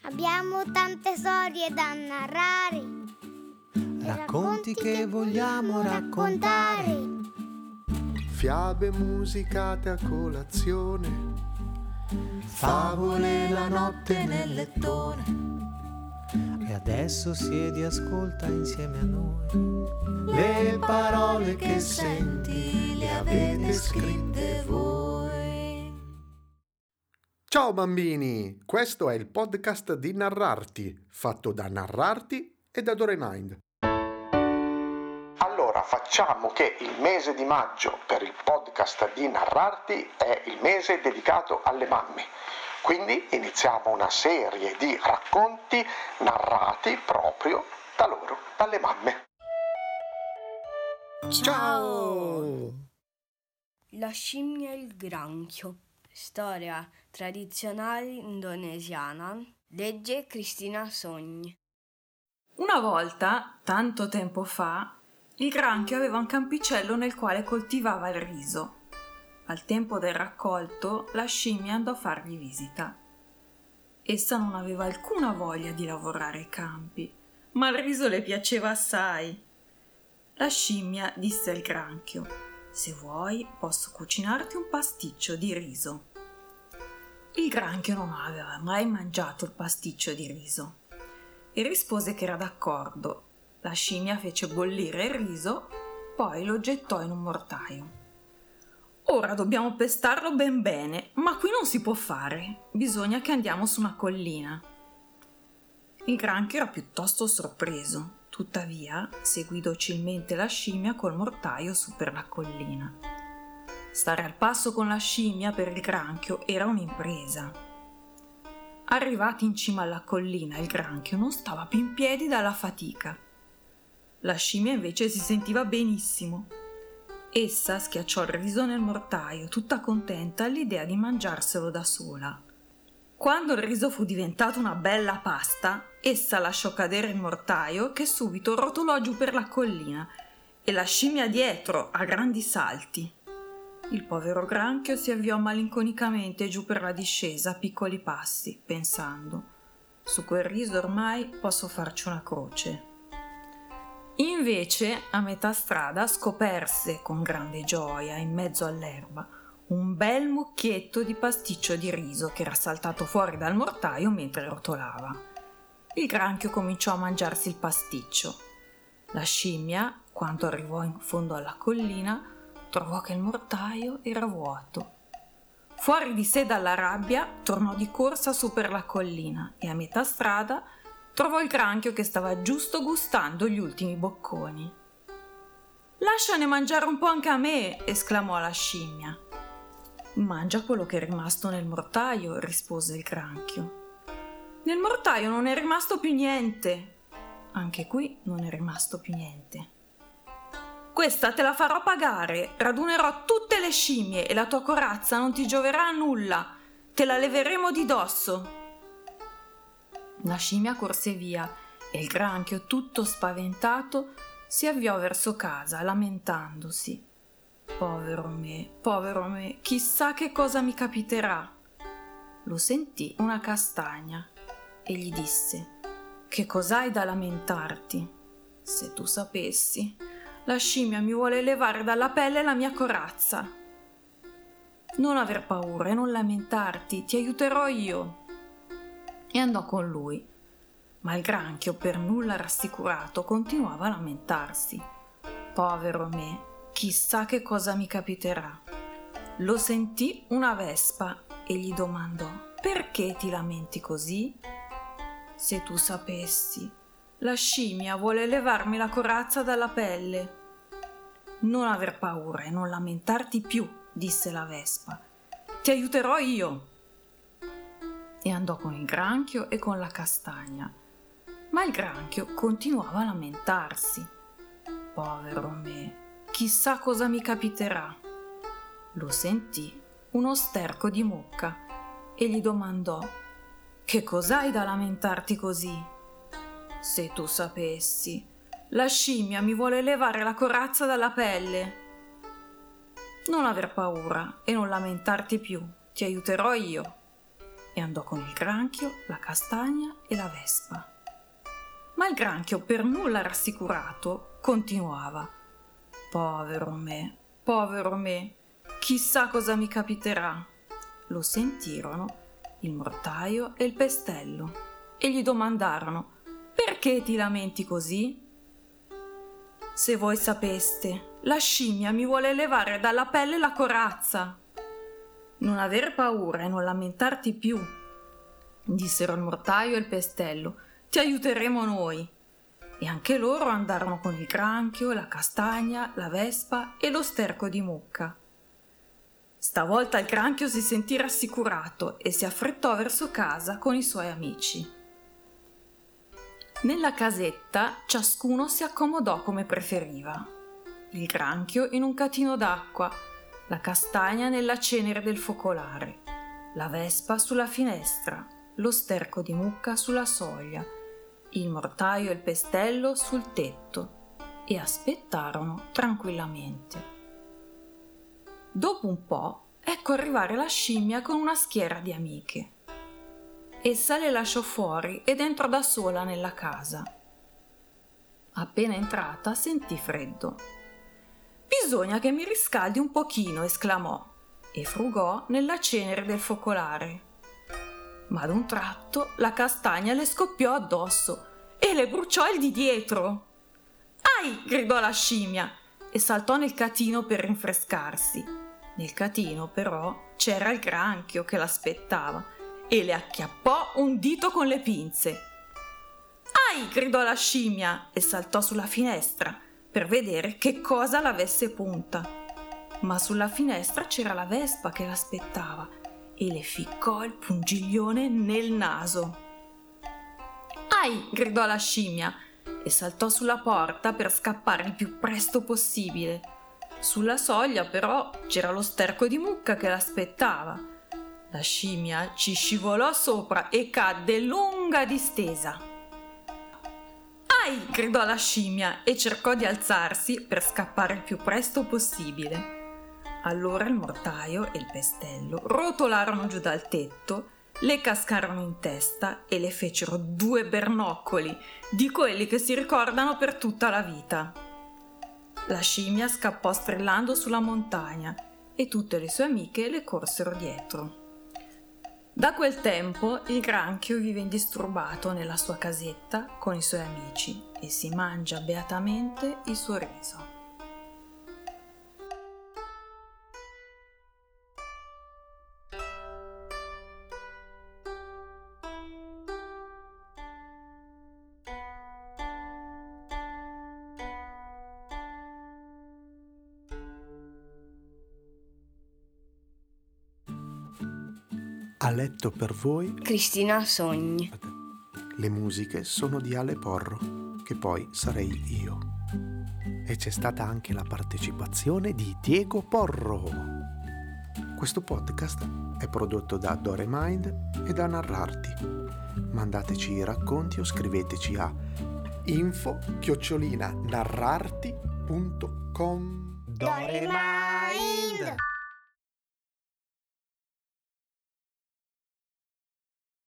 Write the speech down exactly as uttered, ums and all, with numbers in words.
Abbiamo tante storie da narrare, racconti che vogliamo raccontare. Fiabe musicate a colazione, favole la notte nel lettone. E adesso siedi e ascolta insieme a noi le parole che senti, le avete scritte voi. Ciao bambini, questo è il podcast di Narrarti, fatto da Narrarti e da Doremind. Allora facciamo che il mese di maggio per il podcast di Narrarti è il mese dedicato alle mamme. Quindi iniziamo una serie di racconti narrati proprio da loro, dalle mamme. Ciao! La scimmia e il granchio. Storia tradizionale indonesiana. Legge Cristina Sogni. Una volta, tanto tempo fa, il granchio aveva un campicello nel quale coltivava il riso. Al tempo del raccolto, la scimmia andò a fargli visita. Essa non aveva alcuna voglia di lavorare ai campi, ma il riso le piaceva assai. La scimmia disse al granchio: «Se vuoi, posso cucinarti un pasticcio di riso». Il granchio non aveva mai mangiato il pasticcio di riso e rispose che era d'accordo. La scimmia fece bollire il riso, poi lo gettò in un mortaio. «Ora dobbiamo pestarlo ben bene, ma qui non si può fare. Bisogna che andiamo su una collina». Il granchio era piuttosto sorpreso, tuttavia seguì docilmente la scimmia col mortaio su per la collina. Stare al passo con la scimmia per il granchio era un'impresa. Arrivati in cima alla collina, il granchio non stava più in piedi dalla fatica. La scimmia invece si sentiva benissimo. Essa schiacciò il riso nel mortaio, tutta contenta all'idea di mangiarselo da sola. Quando il riso fu diventato una bella pasta, essa lasciò cadere il mortaio che subito rotolò giù per la collina e la scimmia dietro a grandi salti. Il povero granchio si avviò malinconicamente giù per la discesa a piccoli passi, pensando: «Su quel riso ormai posso farci una croce». Invece, a metà strada, scoperse con grande gioia, in mezzo all'erba, un bel mucchietto di pasticcio di riso che era saltato fuori dal mortaio mentre rotolava. Il granchio cominciò a mangiarsi il pasticcio. La scimmia, quando arrivò in fondo alla collina, trovò che il mortaio era vuoto. Fuori di sé dalla rabbia, tornò di corsa su per la collina e a metà strada trovò il granchio che stava giusto gustando gli ultimi bocconi. «Lasciane mangiare un po' anche a me!» esclamò la scimmia. «Mangia quello che è rimasto nel mortaio», rispose il granchio. «Nel mortaio non è rimasto più niente». Anche qui non è rimasto più niente. «Questa te la farò pagare, radunerò tutte le scimmie e la tua corazza non ti gioverà a nulla, te la leveremo di dosso». La scimmia corse via e il granchio, tutto spaventato, si avviò verso casa, lamentandosi. «Povero me, povero me, chissà che cosa mi capiterà». Lo sentì una castagna e gli disse: «Che cos'hai da lamentarti? Se tu sapessi, la scimmia mi vuole levare dalla pelle la mia corazza». «Non aver paura e non lamentarti, ti aiuterò io». E andò con lui, ma il granchio, per nulla rassicurato, continuava a lamentarsi. «Povero me, chissà che cosa mi capiterà». Lo sentì una vespa e gli domandò: «Perché ti lamenti così?» «Se tu sapessi, la scimmia vuole levarmi la corazza dalla pelle». «Non aver paura e non lamentarti più», disse la vespa. «Ti aiuterò io». E andò con il granchio e con la castagna, ma il granchio continuava a lamentarsi. «Povero me, chissà cosa mi capiterà». Lo sentì uno sterco di mucca e gli domandò: «Che cos'hai da lamentarti così?» «Se tu sapessi, la scimmia mi vuole levare la corazza dalla pelle». «Non aver paura e non lamentarti più, ti aiuterò io». e andò con il granchio, la castagna e la vespa. Ma il granchio, per nulla rassicurato, continuava: «Povero me, povero me, chissà cosa mi capiterà». Lo sentirono il mortaio e il pestello e gli domandarono: «Perché ti lamenti così?» «Se voi sapeste, la scimmia mi vuole levare dalla pelle la corazza». «Non aver paura e non lamentarti più», dissero il mortaio e il pestello, «ti aiuteremo noi». E anche loro andarono con il granchio, la castagna, la vespa e lo sterco di mucca. Stavolta il granchio si sentì rassicurato e si affrettò verso casa con i suoi amici. Nella casetta ciascuno si accomodò come preferiva. Il granchio in un catino d'acqua, la castagna nella cenere del focolare, la vespa sulla finestra, lo sterco di mucca sulla soglia, il mortaio e il pestello sul tetto, e aspettarono tranquillamente. Dopo un po' ecco arrivare la scimmia con una schiera di amiche. Essa le lasciò fuori ed entrò da sola nella casa. Appena entrata sentì freddo. «Bisogna che mi riscaldi un pochino», esclamò, e frugò nella cenere del focolare. Ma ad un tratto la castagna le scoppiò addosso e le bruciò il di dietro. «Ai!» gridò la scimmia e saltò nel catino per rinfrescarsi. Nel catino però c'era il granchio che l'aspettava e le acchiappò un dito con le pinze. «Ai!» gridò la scimmia e saltò sulla finestra per vedere che cosa l'avesse punta. Ma sulla finestra c'era la vespa che l'aspettava e le ficcò il pungiglione nel naso. «Ai!» gridò la scimmia e saltò sulla porta per scappare il più presto possibile. Sulla soglia però c'era lo sterco di mucca che l'aspettava. La scimmia ci scivolò sopra e cadde lunga distesa. «Ai!» gridò la scimmia e cercò di alzarsi per scappare il più presto possibile. Allora il mortaio e il pestello rotolarono giù dal tetto, le cascarono in testa e le fecero due bernoccoli, di quelli che si ricordano per tutta la vita. La scimmia scappò strillando sulla montagna e tutte le sue amiche le corsero dietro. Da quel tempo il granchio vive indisturbato nella sua casetta con i suoi amici e si mangia beatamente il suo riso. Ha letto per voi Cristina Sogni. Le musiche sono di Ale Porro, che poi sarei io. E c'è stata anche la partecipazione di Diego Porro. Questo podcast è prodotto da Dore Mind e da Narrarti. Mandateci i racconti o scriveteci a info chiocciolinanarrarti punto com. Dore Mind.